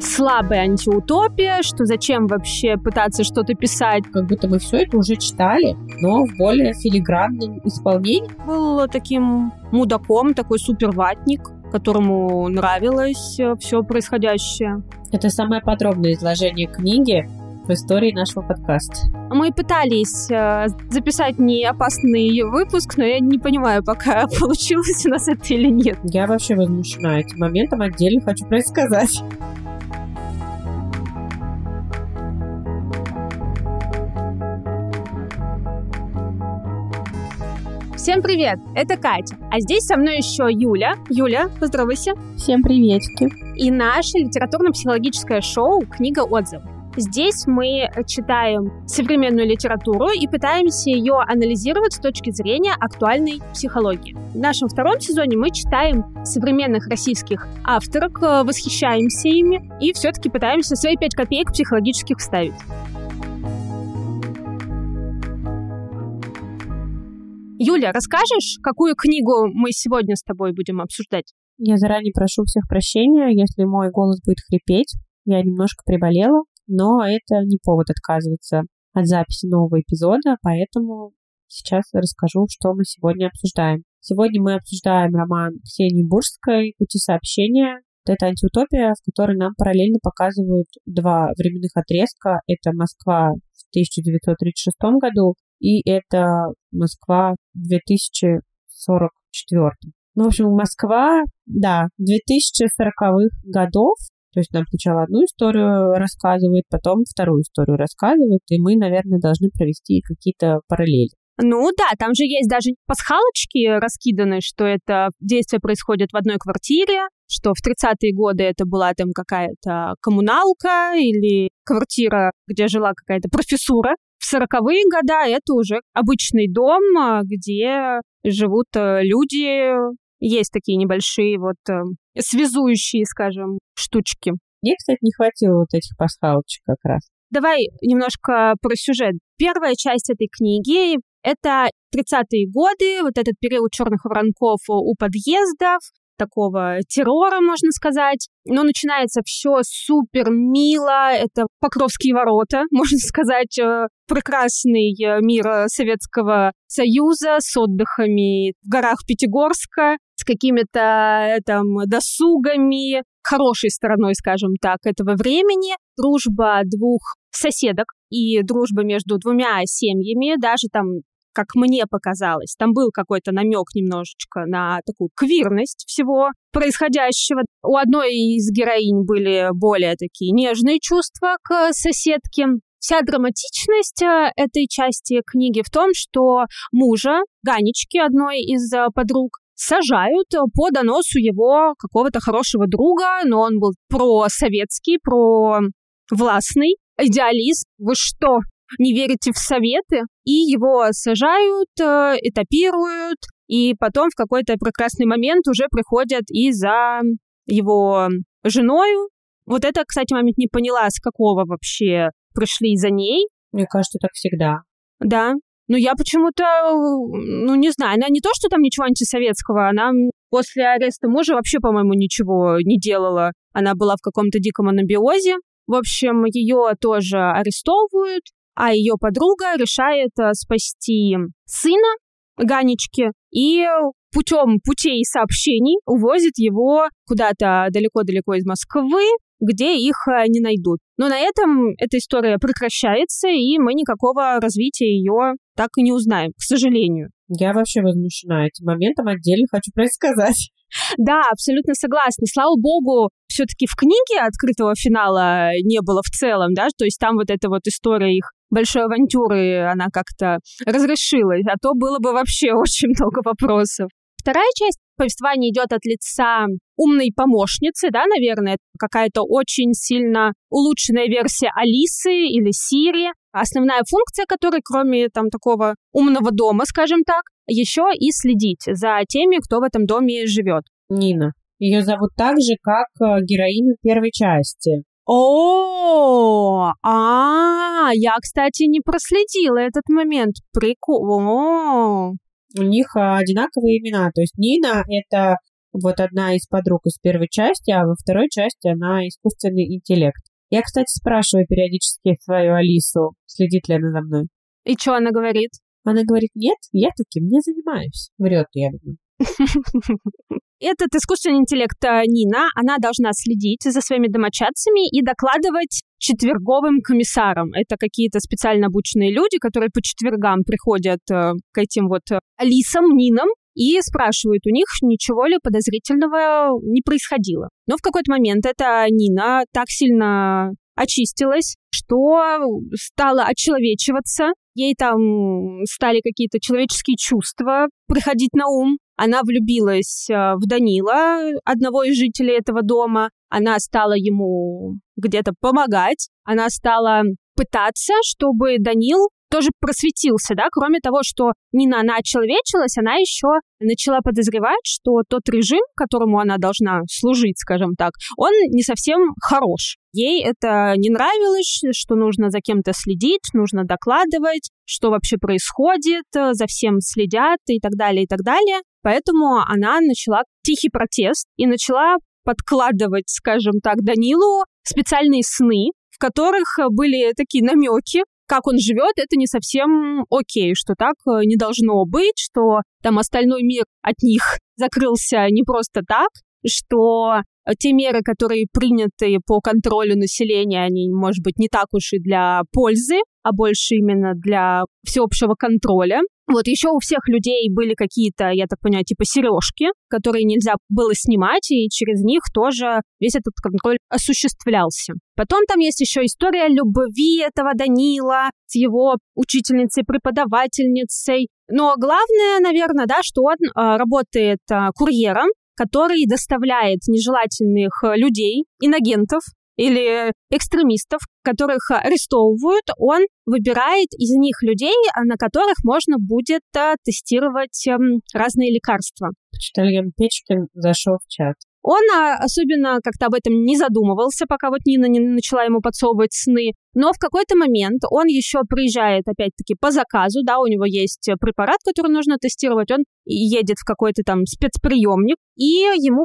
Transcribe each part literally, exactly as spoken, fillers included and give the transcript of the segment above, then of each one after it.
слабая антиутопия, что зачем вообще пытаться что-то писать. Как будто мы все это уже читали, но в более филигранном исполнении. Был таким мудаком, такой суперватник, которому нравилось все происходящее. Это самое подробное изложение книги в истории нашего подкаста. Мы пытались э, записать неопасный выпуск, но я не понимаю, пока получилось у нас это или нет. Я вообще возмущена этим моментом, отдельно хочу про это сказать. Всем привет, это Катя, а здесь со мной еще Юля. Юля, поздоровайся. Всем приветики. И наше литературно-психологическое шоу «Книга отзывов». Здесь мы читаем современную литературу и пытаемся ее анализировать с точки зрения актуальной психологии. В нашем втором сезоне мы читаем современных российских авторок, восхищаемся ими и все-таки пытаемся свои пять копеек психологических вставить. Юля, расскажешь, какую книгу мы сегодня с тобой будем обсуждать? Я заранее прошу всех прощения, если мой голос будет хрипеть. Я немножко приболела, но это не повод отказываться от записи нового эпизода, поэтому сейчас расскажу, что мы сегодня обсуждаем. Сегодня мы обсуждаем роман Ксении Бурской «Пути сообщения». Вот это антиутопия, в которой нам параллельно показывают два временных отрезка. Это Москва в тысяча девятьсот тридцать шестом году и это Москва в две тысячи сорок четвёртом. Ну, в общем, Москва, да, две тысячи сороковых годов. То есть нам сначала одну историю рассказывают, потом вторую историю рассказывают, и мы, наверное, должны провести какие-то параллели. Ну да, там же есть даже пасхалочки раскиданы, что это действие происходит в одной квартире, что в тридцатые годы это была там какая-то коммуналка или квартира, где жила какая-то профессура. В сороковые годы это уже обычный дом, где живут люди. Есть такие небольшие вот связующие, скажем, штучки. Мне, кстати, не хватило вот этих пасхалочек как раз. Давай немножко про сюжет. Первая часть этой книги — это тридцатые годы, вот этот период черных воронков у подъездов, такого террора, можно сказать. Но начинается все супер мило. Это Покровские ворота, можно сказать, прекрасный мир Советского Союза с отдыхами в горах Пятигорска, с какими-то там досугами, хорошей стороной, скажем так, этого времени. Дружба двух соседок и дружба между двумя семьями, даже там, как мне показалось, там был какой-то намек немножечко на такую квирность всего происходящего. У одной из героинь были более такие нежные чувства к соседке. Вся драматичность этой части книги в том, что мужа, Ганечки, одной из подруг, сажают по доносу его какого-то хорошего друга, но он был просоветский, провластный, идеалист. Вы что, не верите в советы? И его сажают, этапируют, и потом в какой-то прекрасный момент уже приходят и за его женою. Вот это, кстати, момент не поняла, с какого вообще пришли за ней. Мне кажется, так всегда. Да. Но я почему-то, ну, не знаю, она не то, что там ничего антисоветского, она после ареста мужа вообще, по-моему, ничего не делала. Она была в каком-то диком анабиозе. В общем, ее тоже арестовывают, а ее подруга решает спасти сына Ганечки и путем путей сообщений увозит его куда-то далеко-далеко из Москвы, где их не найдут. Но на этом эта история прекращается, и мы никакого развития ее так и не узнаем, к сожалению. Я вообще возмущена этим моментом, отдельно хочу про это сказать. Да, абсолютно согласна. Слава богу, все-таки в книге открытого финала не было в целом, да, то есть там вот эта вот история их большой авантюры, она как-то разрешилась, а то было бы вообще очень много вопросов. Вторая часть повествования идет от лица умной помощницы, да, наверное, какая-то очень сильно улучшенная версия Алисы или Сири, основная функция которой, кроме там такого умного дома, скажем так, еще и следить за теми, кто в этом доме живет. Нина. Ее зовут так же, как героиню первой части. О, а, я, кстати, не проследила этот момент. Прикол. У них одинаковые имена. То есть Нина — это вот одна из подруг из первой части, а во второй части она искусственный интеллект. Я, кстати, спрашиваю периодически свою Алису, следит ли она за мной. И что она говорит? Она говорит, нет, я таким не занимаюсь. Врет, я думаю. Этот искусственный интеллект Нина, она должна следить за своими домочадцами и докладывать четверговым комиссарам. Это какие-то специально обученные люди, которые по четвергам приходят к этим вот Алисам, Нинам, и спрашивают у них, ничего ли подозрительного не происходило. Но в какой-то момент эта Нина так сильно очистилась, что стала отчеловечиваться. Ей там стали какие-то человеческие чувства приходить на ум. Она влюбилась в Данила, одного из жителей этого дома. Она стала ему где-то помогать. Она стала пытаться, чтобы Данил тоже просветился, да, кроме того, что Нина, она отчеловечилась, она еще начала подозревать, что тот режим, которому она должна служить, скажем так, он не совсем хорош. Ей это не нравилось, что нужно за кем-то следить, нужно докладывать, что вообще происходит, за всем следят и так далее, и так далее. Поэтому она начала тихий протест и начала подкладывать, скажем так, Данилу специальные сны, в которых были такие намеки, как он живет, это не совсем окей, что так не должно быть, что там остальной мир от них закрылся не просто так, что те меры, которые приняты по контролю населения, они, может быть, не так уж и для пользы, а больше именно для всеобщего контроля. Вот еще у всех людей были какие-то, я так понимаю, типа сережки, которые нельзя было снимать, и через них тоже весь этот контроль осуществлялся. Потом там есть еще история любви этого Данила с его учительницей-преподавательницей. Но главное, наверное, да, что он э, работает э, курьером, который доставляет нежелательных людей, инагентов или экстремистов, которых арестовывают. Он выбирает из них людей, на которых можно будет а, тестировать а, разные лекарства. Почтальон Печкин зашел в чат. Он а, особенно как-то об этом не задумывался, пока вот Нина не начала ему подсовывать сны. Но в какой-то момент он еще приезжает, опять-таки, по заказу, да, у него есть препарат, который нужно тестировать, он едет в какой-то там спецприемник, и ему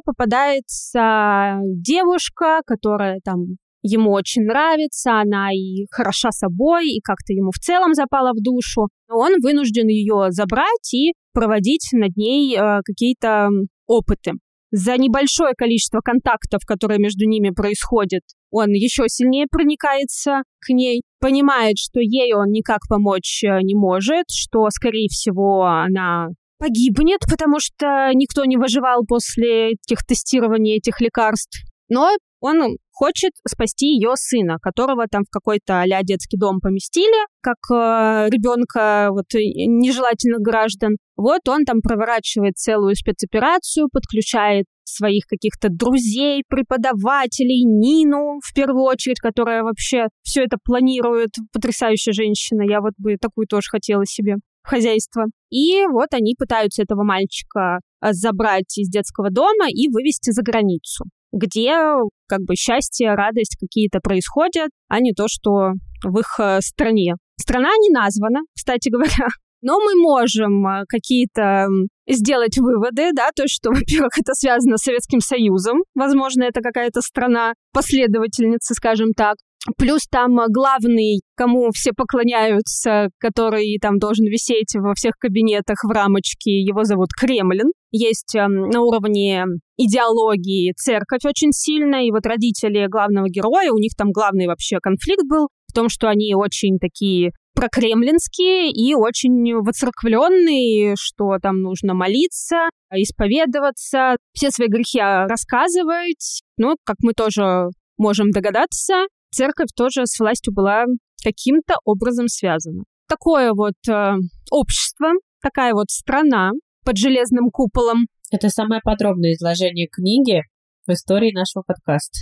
попадается девушка, которая там ему очень нравится, она и хороша собой, и как-то ему в целом запала в душу. Он вынужден ее забрать и проводить над ней э, какие-то опыты. За небольшое количество контактов, которые между ними происходят, он еще сильнее проникается к ней, понимает, что ей он никак помочь не может, что, скорее всего, она погибнет, потому что никто не выживал после этих тестирований этих лекарств. Но он хочет спасти ее сына, которого там в какой-то а-ля детский дом поместили, как э, ребенка вот, нежелательных граждан. Вот он там проворачивает целую спецоперацию, подключает своих каких-то друзей, преподавателей, Нину, в первую очередь, которая вообще все это планирует. Потрясающая женщина. Я вот бы такую тоже хотела себе в хозяйство. И вот они пытаются этого мальчика забрать из детского дома и вывести за границу, где как бы счастье, радость какие-то происходят, а не то, что в их стране. Страна не названа, кстати говоря, но мы можем какие-то сделать выводы, да, то есть, что, во-первых, это связано с Советским Союзом, возможно, это какая-то страна-последовательница, скажем так. Плюс там главный, кому все поклоняются, который там должен висеть во всех кабинетах в рамочке, его зовут Кремлин. Есть э, на уровне идеологии церковь очень сильная, и вот родители главного героя, у них там главный вообще конфликт был в том, что они очень такие прокремлинские и очень воцерквленные, что там нужно молиться, исповедоваться, все свои грехи рассказывать. Ну, как мы тоже можем догадаться, церковь тоже с властью была каким-то образом связана. Такое вот э, общество, такая вот страна под железным куполом. Это самое подробное изложение книги в истории нашего подкаста.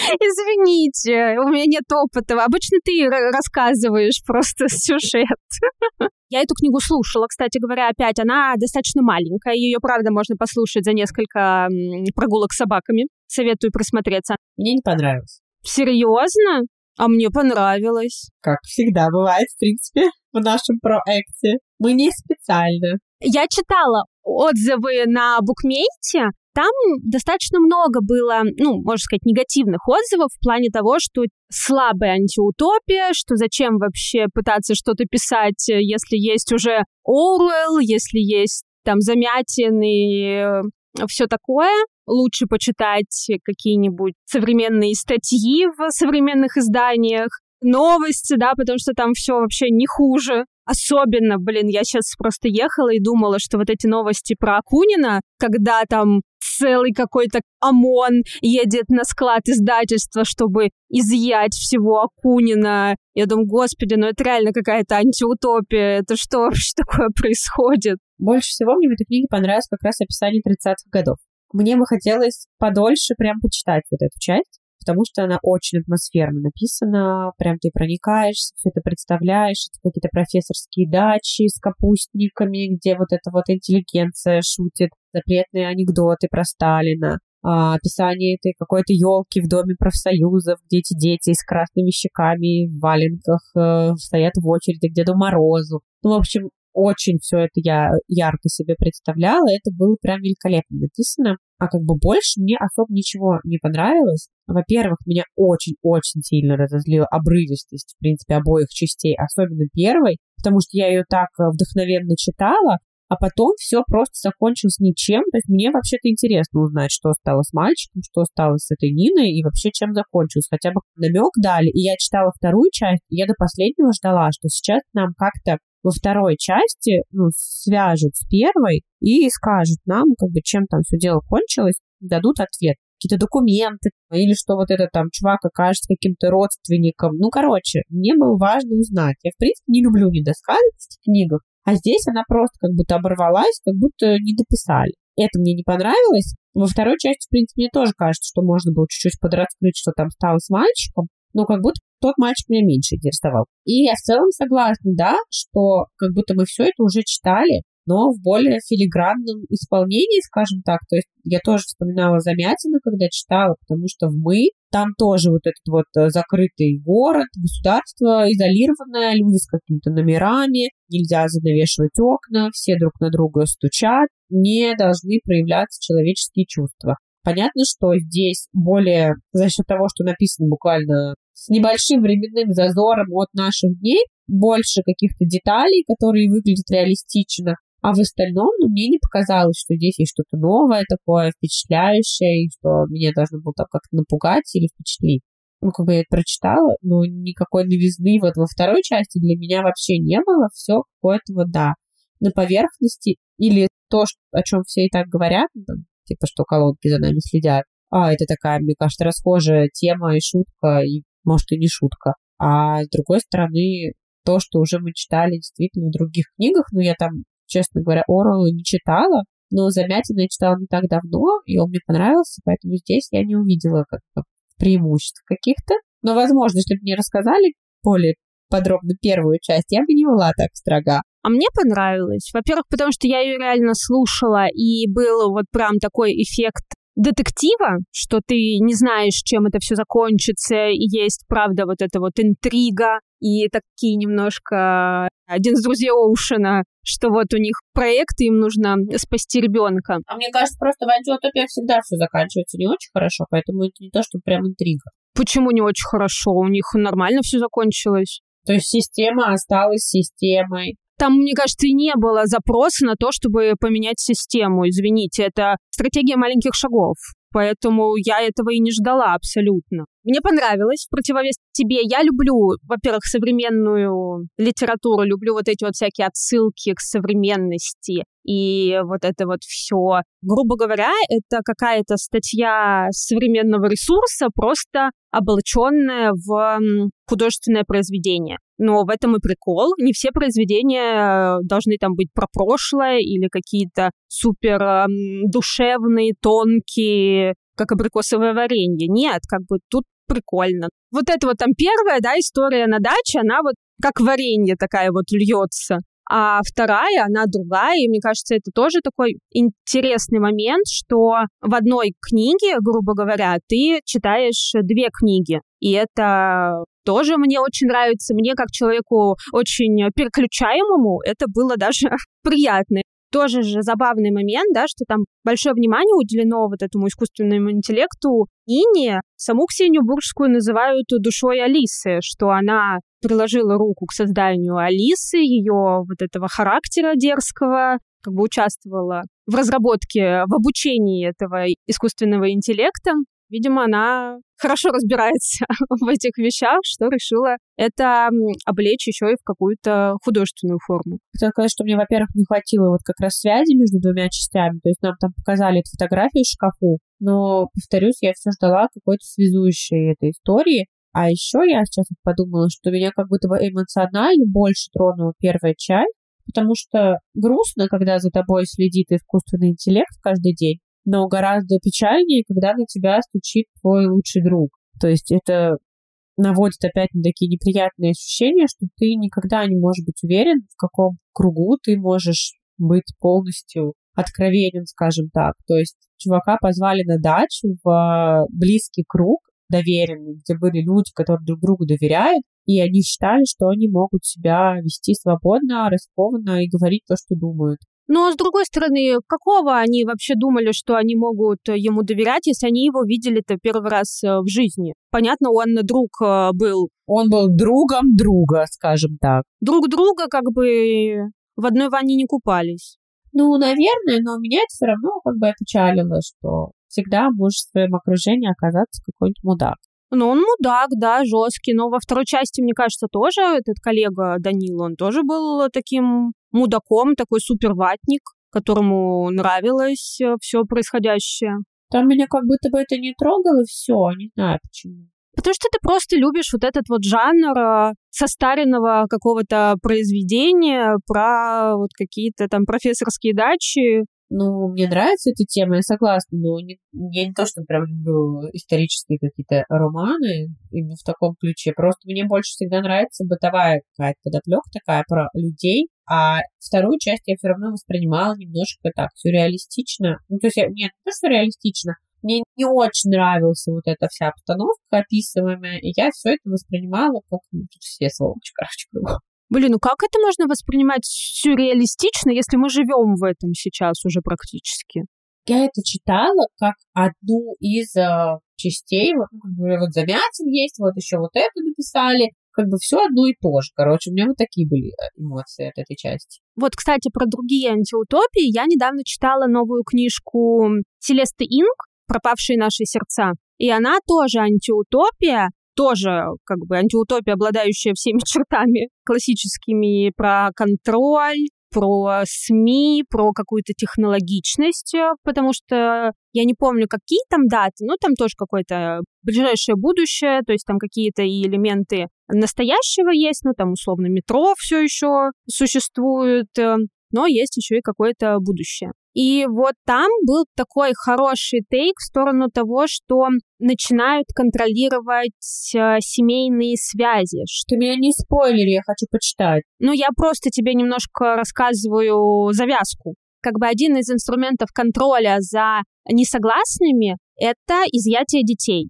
Извините, у меня нет опыта. Обычно ты рассказываешь просто сюжет. Я эту книгу слушала, кстати говоря, опять. Она достаточно маленькая. Ее, правда, можно послушать за несколько прогулок с собаками. Советую присмотреться. Мне не понравилось. Серьезно? А мне понравилось. Как всегда бывает, в принципе, в нашем проекте. Мы не специально. Я читала отзывы на букмейте, Там достаточно много было, ну, можно сказать, негативных отзывов в плане того, что слабая антиутопия, что зачем вообще пытаться что-то писать, если есть уже Оруэлл, если есть там Замятин и все такое. Лучше почитать какие-нибудь современные статьи в современных изданиях, новости, да, потому что там все вообще не хуже. Особенно, блин, я сейчас просто ехала и думала, что вот эти новости про Акунина, когда там целый какой-то ОМОН едет на склад издательства, чтобы изъять всего Акунина. Я думаю, господи, ну это реально какая-то антиутопия. Это что вообще такое происходит? Больше всего мне в этой книге понравилось как раз описание тридцатых годов. Мне бы хотелось подольше прям почитать вот эту часть, потому что она очень атмосферно написана, прям ты проникаешься, все это представляешь, это какие-то профессорские дачи с капустниками, где вот эта вот интеллигенция шутит, запретные анекдоты про Сталина, а, описание этой какой-то елки в доме профсоюзов, где эти дети с красными щеками в валенках э, стоят в очереди к Деду Морозу. Ну, в общем, очень все это я ярко себе представляла, это было прям великолепно написано. А как бы больше мне особо ничего не понравилось. Во-первых, меня очень-очень сильно разозлила обрывистость, в принципе, обоих частей, особенно первой, потому что я ее так вдохновенно читала, а потом все просто закончилось ничем. То есть мне вообще-то интересно узнать, что стало с мальчиком, что стало с этой Ниной и вообще чем закончилось. Хотя бы намек дали. И я читала вторую часть, и я до последнего ждала, что сейчас нам как-то во второй части, ну, свяжут с первой и скажут нам, как бы, чем там все дело кончилось, дадут ответ. Какие-то документы, или что вот этот там чувак окажется каким-то родственником. Ну, короче, мне было важно узнать. Я, в принципе, не люблю недосказанность в книгах, а здесь она просто как будто оборвалась, как будто не дописали. Это мне не понравилось. Во второй части, в принципе, мне тоже кажется, что можно было чуть-чуть подраскрыть, что там стало с мальчиком, но как будто тот мальчик меня меньше интересовал. И я в целом согласна, да, что как будто мы все это уже читали, но в более филигранном исполнении, скажем так. То есть я тоже вспоминала Замятина, когда читала, потому что в «Мы» там тоже вот этот вот закрытый город, государство изолированное, люди с какими-то номерами, нельзя занавешивать окна, все друг на друга стучат, не должны проявляться человеческие чувства. Понятно, что здесь более, за счет того, что написано буквально с небольшим временным зазором от наших дней, больше каких-то деталей, которые выглядят реалистично, а в остальном, ну, мне не показалось, что здесь есть что-то новое такое, впечатляющее, и что меня должно было там как-то напугать или впечатлить. Ну, как бы я это прочитала, но никакой новизны вот во второй части для меня вообще не было, все какое-то вот, да, на поверхности, или то, о чем все и так говорят, ну, там, типа, что колонки за нами следят. А, это такая, мне кажется, расхожая тема и шутка, и, может, и не шутка. А с другой стороны, то, что уже мы читали действительно в других книгах, ну, я там, честно говоря, Оруэлла не читала, но Замятина я читала не так давно, и он мне понравился, поэтому здесь я не увидела как-то преимуществ каких-то. Но, возможно, если бы мне рассказали более подробно первую часть, я бы не была так строга. А мне понравилось. Во-первых, потому что я ее реально слушала, и был вот прям такой эффект детектива, что ты не знаешь, чем это все закончится, и есть, правда, вот эта вот интрига, и такие немножко один из друзей Оушена, что вот у них проект, им нужно спасти ребенка. А мне кажется, просто в антиутопиях всегда все заканчивается не очень хорошо, поэтому это не то, что прям интрига. Почему не очень хорошо? У них нормально все закончилось. То есть система осталась системой. Там, мне кажется, и не было запроса на то, чтобы поменять систему. Извините, это стратегия маленьких шагов. Поэтому я этого и не ждала абсолютно. Мне понравилось, в противовес тебе. Я люблю, во-первых, современную литературу, люблю вот эти вот всякие отсылки к современности и вот это вот все. Грубо говоря, это какая-то статья современного ресурса, просто облаченная в художественное произведение. Но в этом и прикол. Не все произведения должны там быть про прошлое или какие-то супер душевные, тонкие, как абрикосовое варенье. Нет, как бы тут прикольно. Вот это вот там первая, да, история на даче, она вот как варенье такая вот льется. А вторая, она другая, и мне кажется, это тоже такой интересный момент, что в одной книге, грубо говоря, ты читаешь две книги, и это тоже мне очень нравится. Мне, как человеку очень переключаемому, это было даже приятно. Тоже же забавный момент, да, что там большое внимание уделено вот этому искусственному интеллекту. Ине саму Ксению Буржскую называют душой Алисы, что она приложила руку к созданию Алисы, ее вот этого характера дерзкого, как бы участвовала в разработке, в обучении этого искусственного интеллекта. Видимо, она хорошо разбирается в этих вещах, что решила это облечь еще и в какую-то художественную форму. Хотела сказать, что мне, во-первых, не хватило вот как раз связи между двумя частями, то есть нам там показали эту фотографию в шкафу, но, повторюсь, я все ждала какой-то связующей этой истории. А еще я сейчас подумала, что меня как будто бы эмоционально больше тронула первая часть, потому что грустно, когда за тобой следит искусственный интеллект каждый день, но гораздо печальнее, когда на тебя стучит твой лучший друг. То есть это наводит опять на такие неприятные ощущения, что ты никогда не можешь быть уверен, в каком кругу ты можешь быть полностью откровенен, скажем так. То есть чувака позвали на дачу в близкий круг, доверенный, где были люди, которые друг другу доверяют, и они считали, что они могут себя вести свободно, раскованно и говорить то, что думают. Но, с другой стороны, какого они вообще думали, что они могут ему доверять, если они его видели-то первый раз в жизни? Понятно, он друг был. Он был другом друга, скажем так. Друг друга как бы в одной ванне не купались. Ну, наверное, но меня это все равно как бы опечалило, что всегда может в своем окружении оказаться какой-нибудь мудак. Ну, он мудак, да, жесткий, но во второй части, мне кажется, тоже этот коллега Данил, он тоже был таким мудаком, такой суперватник, которому нравилось все происходящее. Там меня как будто бы это не трогало все, не знаю почему. Потому что ты просто любишь вот этот вот жанр состаренного какого-то произведения про вот какие-то там профессорские дачи. Ну, мне нравится эта тема, я согласна, но не, я не то, что прям люблю исторические какие-то романы именно в таком ключе. Просто мне больше всегда нравится бытовая какая-то подоплека такая про людей, а вторую часть я все равно воспринимала немножко так сюрреалистично. Ну, то есть я, нет, не то, что реалистично, мне не очень нравилась вот эта вся обстановка описываемая, и я все это воспринимала как, ну, тут все сволочи, короче, кругом. Блин, ну как это можно воспринимать сюрреалистично, если мы живем в этом сейчас уже практически? Я это читала как одну из э, частей, вот, ну, как бы, вот Замятин есть, вот еще вот это написали, как бы все одно и то же. Короче, у меня вот такие были эмоции от этой части. Вот, кстати, про другие антиутопии. Я недавно читала новую книжку Селесты Инг «Пропавшие наши сердца». И она тоже антиутопия, тоже как бы антиутопия, обладающая всеми чертами классическими, про контроль, про СМИ, про какую-то технологичность, потому что я не помню, какие там даты, но там тоже какое-то ближайшее будущее, то есть там какие-то и элементы настоящего есть, ну там условно метро все еще существует, но есть еще и какое-то будущее. И вот там был такой хороший тейк в сторону того, что начинают контролировать э, семейные связи. Ты меня не спойлери, я хочу почитать. Ну, я просто тебе немножко рассказываю завязку. Как бы один из инструментов контроля за несогласными — это изъятие детей.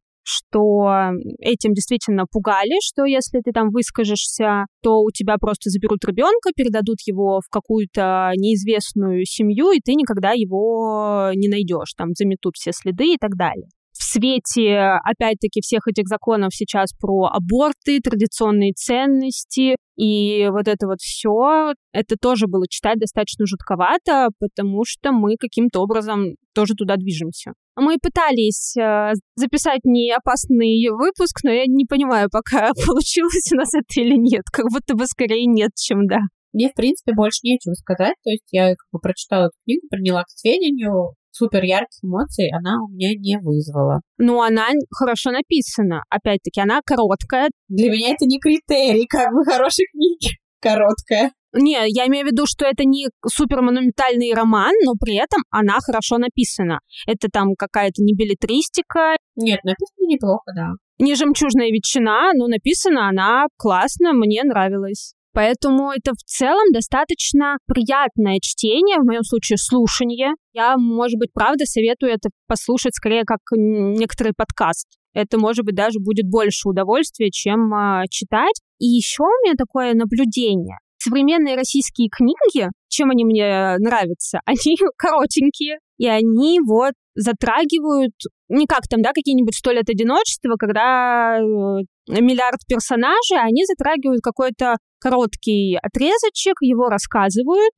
Что этим действительно пугали, что если ты там выскажешься, то у тебя просто заберут ребенка, передадут его в какую-то неизвестную семью, и ты никогда его не найдешь, там заметут все следы и так далее. В свете, опять-таки, всех этих законов сейчас про аборты, традиционные ценности и вот это вот все, это тоже было читать достаточно жутковато, потому что мы каким-то образом тоже туда движемся. Мы пытались э, записать не опасный выпуск, но я не понимаю, пока получилось у нас это или нет. Как будто бы скорее нет, чем да. Мне, в принципе, больше нечего сказать. То есть я как бы прочитала эту книгу, приняла к сведению. Супер ярких эмоций она у меня не вызвала. Ну, она хорошо написана. Опять-таки, она короткая. Для меня это не критерий, как бы, хорошей книги. Короткая. Не, я имею в виду, что это не супермонументальный роман, но при этом она хорошо написана. Это там какая-то не беллетристика. Нет, написано неплохо, да. Не жемчужная ветчина, но написана она классно, мне нравилось. Поэтому это в целом достаточно приятное чтение, в моем случае слушание. Я, может быть, правда советую это послушать скорее как некоторый подкаст. Это, может быть, даже будет больше удовольствия, чем а, читать. И еще у меня такое наблюдение. Современные российские книги чем они мне нравятся? Они коротенькие, и они вот затрагивают, не как там, да, какие-нибудь «Сто лет одиночества», когда э, миллиард персонажей, они затрагивают какой-то короткий отрезочек, его рассказывают,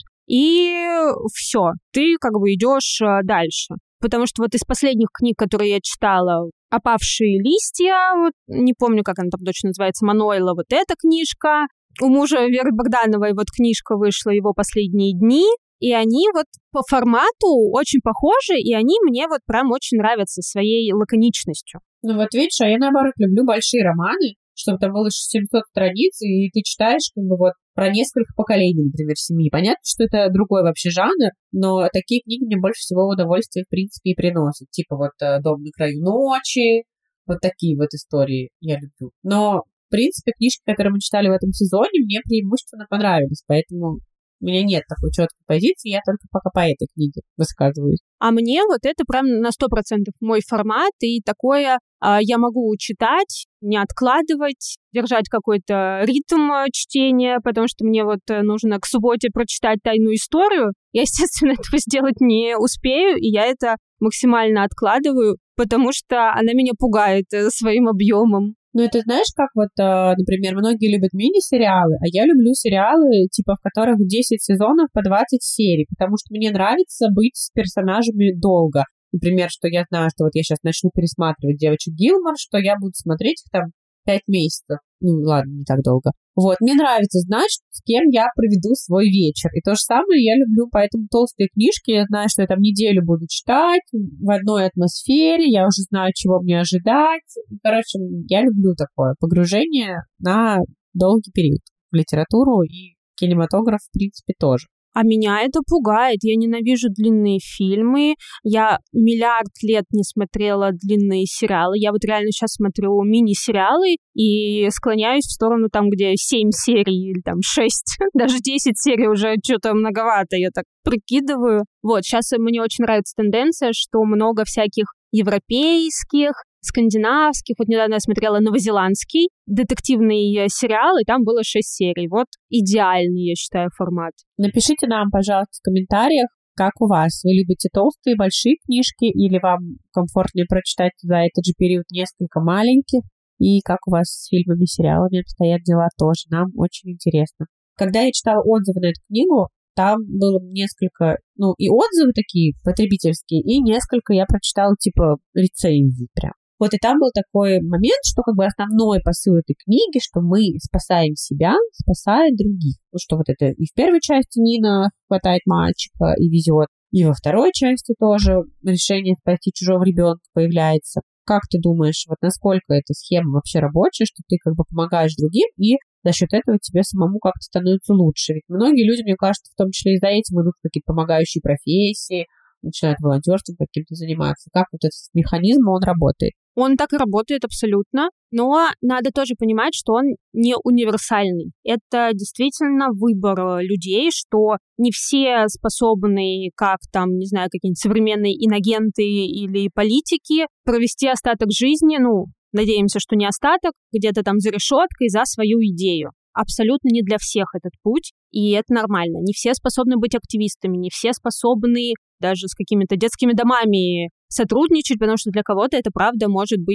и все, ты как бы идешь дальше. Потому что вот из последних книг, которые я читала, «Опавшие листья», вот, не помню, как она там точно называется, Мануэла, вот эта книжка. У мужа Веры Богдановой вот книжка вышла «Его последние дни», и они вот по формату очень похожи, и они мне вот прям очень нравятся своей лаконичностью. Ну вот видишь, а я наоборот люблю большие романы, чтобы там было семьсот страниц, и ты читаешь как бы вот про несколько поколений, например, семьи. Понятно, что это другой вообще жанр, но такие книги мне больше всего удовольствия, в принципе, и приносят. Типа вот «Дом на краю ночи», вот такие вот истории я люблю. Но, в принципе, книжки, которые мы читали в этом сезоне, мне преимущественно понравились, поэтому у меня нет такой четкой позиции, я только пока по этой книге высказываюсь. А мне вот это прям на сто процентов мой формат, и такое э, я могу читать, не откладывать, держать какой-то ритм чтения, потому что мне вот нужно к субботе прочитать «Тайную историю». Я, естественно, этого сделать не успею, и я это максимально откладываю, потому что она меня пугает своим объемом. Ну, это знаешь, как вот, например, многие любят мини-сериалы, а я люблю сериалы, типа, в которых десять сезонов по двадцать серий, потому что мне нравится быть с персонажами долго. Например, что я знаю, что вот я сейчас начну пересматривать «Девочек Гилмор», что я буду смотреть их там пять месяцев. Ну, ладно, не так долго. Вот, мне нравится знать, с кем я проведу свой вечер. И то же самое я люблю, поэтому толстые книжки, я знаю, что я там неделю буду читать в одной атмосфере, я уже знаю, чего мне ожидать. И, короче, я люблю такое погружение на долгий период в литературу и кинематограф, в принципе, тоже. А меня это пугает. Я ненавижу длинные фильмы. Я миллиард лет не смотрела длинные сериалы. Я вот реально сейчас смотрю мини-сериалы и склоняюсь в сторону там, где семь серий или там шесть, даже десять серий уже что-то многовато, я так прикидываю. Вот, сейчас мне очень нравится тенденция, что много всяких европейских, скандинавских. Вот недавно я смотрела новозеландский детективный сериал, и там было шесть серий. Вот идеальный, я считаю, формат. Напишите нам, пожалуйста, в комментариях, как у вас. Вы любите толстые, большие книжки, или вам комфортнее прочитать за этот же период несколько маленьких? И как у вас с фильмами, сериалами обстоят дела тоже. Нам очень интересно. Когда я читала отзывы на эту книгу, там было несколько, ну, и отзывы такие потребительские, и несколько я прочитала, типа, рецензий прям. Вот и там был такой момент, что как бы основной посыл этой книги, что мы спасаем себя, спасая других. Ну, что вот это и в первой части Нина хватает мальчика и везет, и во второй части тоже решение спасти чужого ребенка появляется. Как ты думаешь, вот насколько эта схема вообще рабочая, что ты как бы помогаешь другим, и за счет этого тебе самому как-то становится лучше? Ведь многие люди, мне кажется, в том числе и за этим идут в какие-то помогающие профессии, начинают волонтерством каким-то заниматься. Как вот этот механизм, он работает? Он так и работает абсолютно, но надо тоже понимать, что он не универсальный. Это действительно выбор людей, что не все способны, как там, не знаю, какие-нибудь современные инагенты или политики, провести остаток жизни, ну, надеемся, что не остаток, где-то там за решеткой за свою идею. Абсолютно не для всех этот путь, и это нормально. Не все способны быть активистами, не все способны даже с какими-то детскими домами сотрудничать, потому что для кого-то это, правда, может быть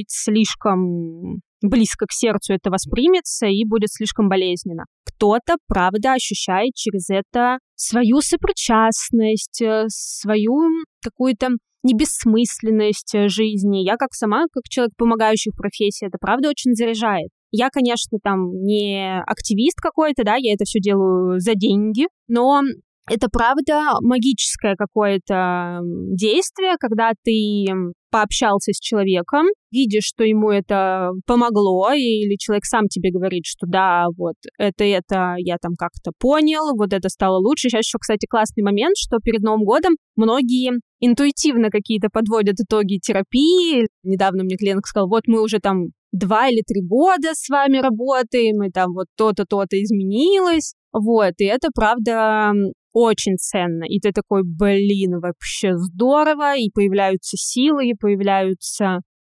слишком близко к сердцу, это воспримется и будет слишком болезненно. Кто-то, правда, ощущает через это свою сопричастность, свою какую-то небессмысленность жизни. Я как сама, как человек, помогающий в профессии, это, правда, очень заряжает. Я, конечно, там не активист какой-то, да, я это все делаю за деньги, но это, правда, магическое какое-то действие, когда ты пообщался с человеком, видишь, что ему это помогло, или человек сам тебе говорит, что да, вот это, это я там как-то понял, вот это стало лучше. Сейчас еще, кстати, классный момент, что перед Новым годом многие интуитивно какие-то подводят итоги терапии. Недавно мне клиент сказал, вот мы уже там два или три года с вами работаем, и там вот то-то, то-то изменилось. Вот, и это, правда, очень ценно. И ты такой, блин, вообще здорово, и появляются силы, и появляются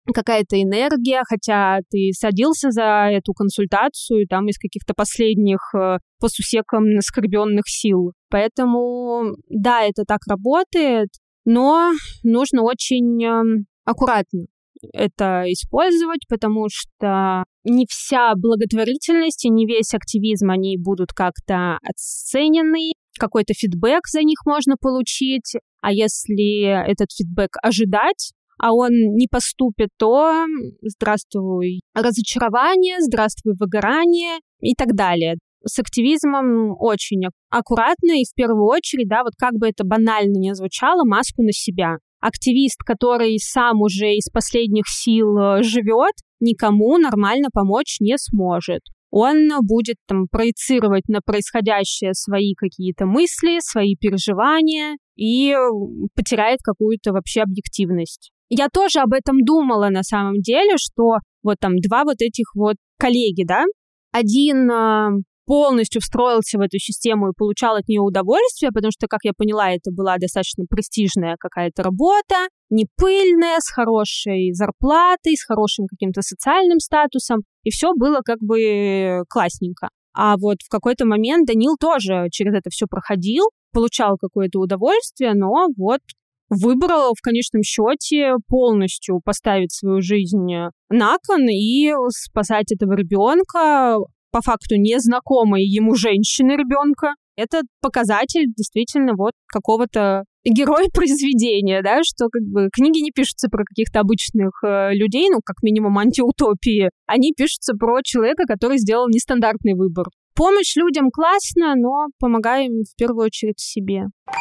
какая-то энергия, хотя ты садился за эту консультацию там из каких-то последних э, по сусекам наскорбенных сил. Поэтому, да, это так работает, но нужно очень э, аккуратно это использовать, потому что не вся благотворительность и не весь активизм, они будут как-то оценены, какой-то фидбэк за них можно получить, а если этот фидбэк ожидать, а он не поступит, то здравствуй разочарование, здравствуй выгорание и так далее. С активизмом очень аккуратно и в первую очередь, да, вот как бы это банально ни звучало, маску на себя. Активист, который сам уже из последних сил живет, никому нормально помочь не сможет. Он будет там проецировать на происходящее свои какие-то мысли, свои переживания и потеряет какую-то вообще объективность. Я тоже об этом думала на самом деле, что вот там два вот этих вот коллеги, да, один э, полностью встроился в эту систему и получал от нее удовольствие, потому что, как я поняла, это была достаточно престижная какая-то работа, не пыльная, с хорошей зарплатой, с хорошим каким-то социальным статусом, и все было как бы классненько. А вот в какой-то момент Данил тоже через это все проходил, получал какое-то удовольствие, но вот выбрал в конечном счете полностью поставить свою жизнь на кон и спасать этого ребенка, по факту незнакомой ему женщины ребенка. Это показатель действительно вот какого-то героя произведения, да, что как бы книги не пишутся про каких-то обычных э, людей, ну, как минимум антиутопии, они пишутся про человека, который сделал нестандартный выбор. Помощь людям классно, но помогаем в первую очередь себе.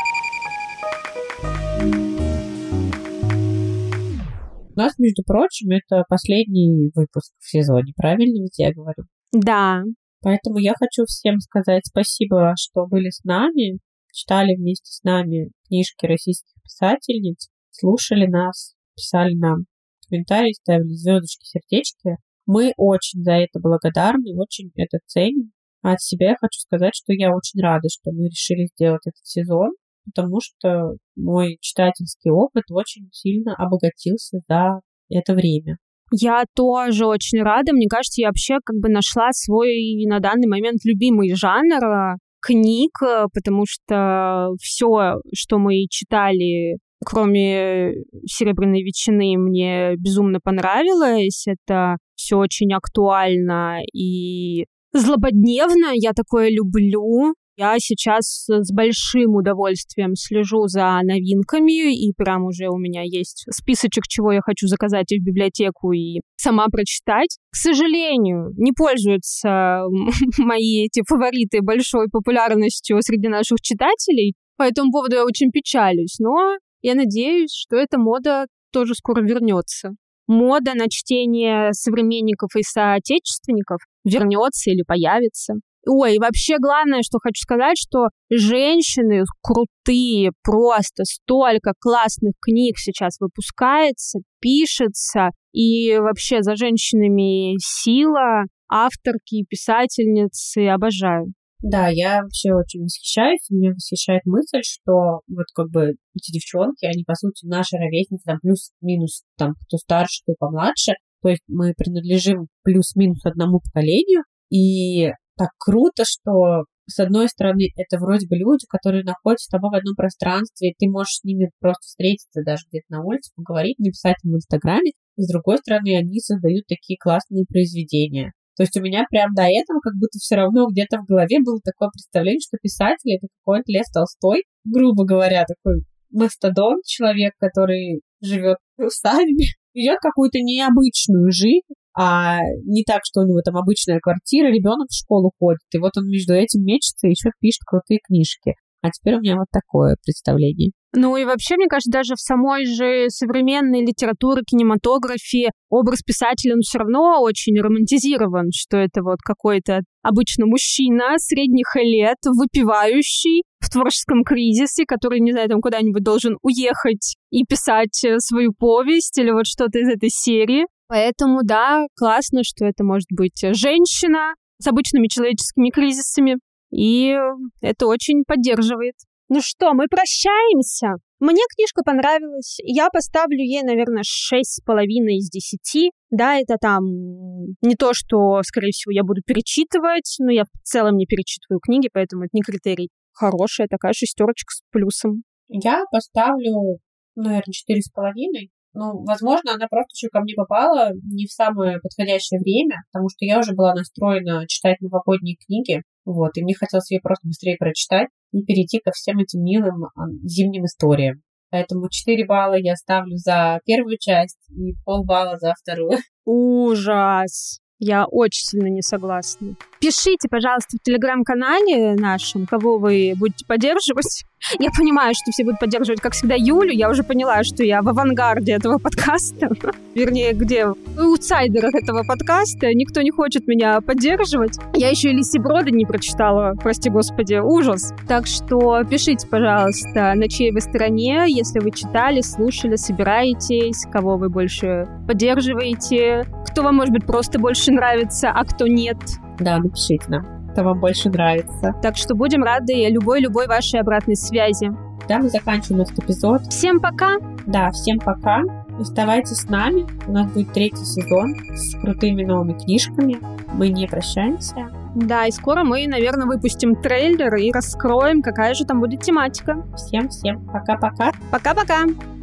У нас, между прочим, это последний выпуск в сезоне, правильно ведь я говорю? Да. Поэтому я хочу всем сказать спасибо, что были с нами, читали вместе с нами книжки российских писательниц, слушали нас, писали нам комментарии, ставили звездочки, сердечки. Мы очень за это благодарны, очень это ценим. А от себя я хочу сказать, что я очень рада, что мы решили сделать этот сезон, потому что мой читательский опыт очень сильно обогатился за это время. Я тоже очень рада. Мне кажется, я вообще как бы нашла свой на данный момент любимый жанр книг, потому что все, что мы читали, кроме «Серебряной ветчины», мне безумно понравилось. Это все очень актуально и злободневно. Я такое люблю. Я сейчас с большим удовольствием слежу за новинками, и прям уже у меня есть списочек, чего я хочу заказать и в библиотеку, и сама прочитать. К сожалению, не пользуются мои эти фавориты большой популярностью среди наших читателей, по этому поводу я очень печалюсь, но я надеюсь, что эта мода тоже скоро вернется. Мода на чтение современников и соотечественников вернется или появится. Ой, и вообще главное, что хочу сказать, что женщины крутые, просто столько классных книг сейчас выпускается, пишется, и вообще за женщинами сила, авторки, писательницы, обожаю. Да, я вообще очень восхищаюсь, меня восхищает мысль, что вот как бы эти девчонки, они, по сути, наши ровесницы, там, плюс-минус, там, кто старше, кто помладше, то есть мы принадлежим плюс-минус одному поколению, и так круто, что, с одной стороны, это вроде бы люди, которые находятся с тобой в одном пространстве, и ты можешь с ними просто встретиться даже где-то на улице, поговорить, написать им в Инстаграме, и с другой стороны, они создают такие классные произведения. То есть у меня прям до этого как будто все равно где-то в голове было такое представление, что писатель — это какой-то Лев Толстой, грубо говоря, такой мастодонт, человек, который живет в усадьбе, ведет какую-то необычную жизнь, а не так, что у него там обычная квартира, ребенок в школу ходит, и вот он между этим мечется и еще пишет крутые книжки. А теперь у меня вот такое представление. Ну и вообще, мне кажется, даже в самой же современной литературе, кинематографе образ писателя, он все равно очень романтизирован, что это вот какой-то обычно мужчина средних лет, выпивающий в творческом кризисе, который, не знаю, там куда-нибудь должен уехать и писать свою повесть или вот что-то из этой серии. Поэтому, да, классно, что это может быть женщина с обычными человеческими кризисами, и это очень поддерживает. Ну что, мы прощаемся. Мне книжка понравилась. Я поставлю ей, наверное, шесть с половиной из десяти. Да, это там не то, что, скорее всего, я буду перечитывать, но я в целом не перечитываю книги, поэтому это не критерий. Хорошая такая шестерочка с плюсом. Я поставлю, наверное, четыре с половиной. Ну, возможно, она просто еще ко мне попала не в самое подходящее время, потому что я уже была настроена читать новогодние книги, вот, и мне хотелось ее просто быстрее прочитать и перейти ко всем этим милым зимним историям. Поэтому четыре балла я ставлю за первую часть и полбалла за вторую. Ужас! Я очень сильно не согласна. Пишите, пожалуйста, в телеграм-канале нашем, кого вы будете поддерживать. Я понимаю, что все будут поддерживать, как всегда, Юлю. Я уже поняла, что я в авангарде этого подкаста. Вернее, где в аутсайдерах этого подкаста. Никто не хочет меня поддерживать. Я еще и Лиси Брода не прочитала. Прости господи, ужас. Так что пишите, пожалуйста, на чьей вы стороне, если вы читали, слушали, собираетесь, кого вы больше поддерживаете, кто вам, может быть, просто больше нравится, а кто нет. Да, напишите нам, кто вам больше нравится. Так что будем рады любой-любой вашей обратной связи. Да, мы заканчиваем этот эпизод. Всем пока! Да, всем пока. Оставайтесь с нами. У нас будет третий сезон с крутыми новыми книжками. Мы не прощаемся. Да, и скоро мы, наверное, выпустим трейлер и раскроем, какая же там будет тематика. Всем-всем пока-пока. Пока-пока!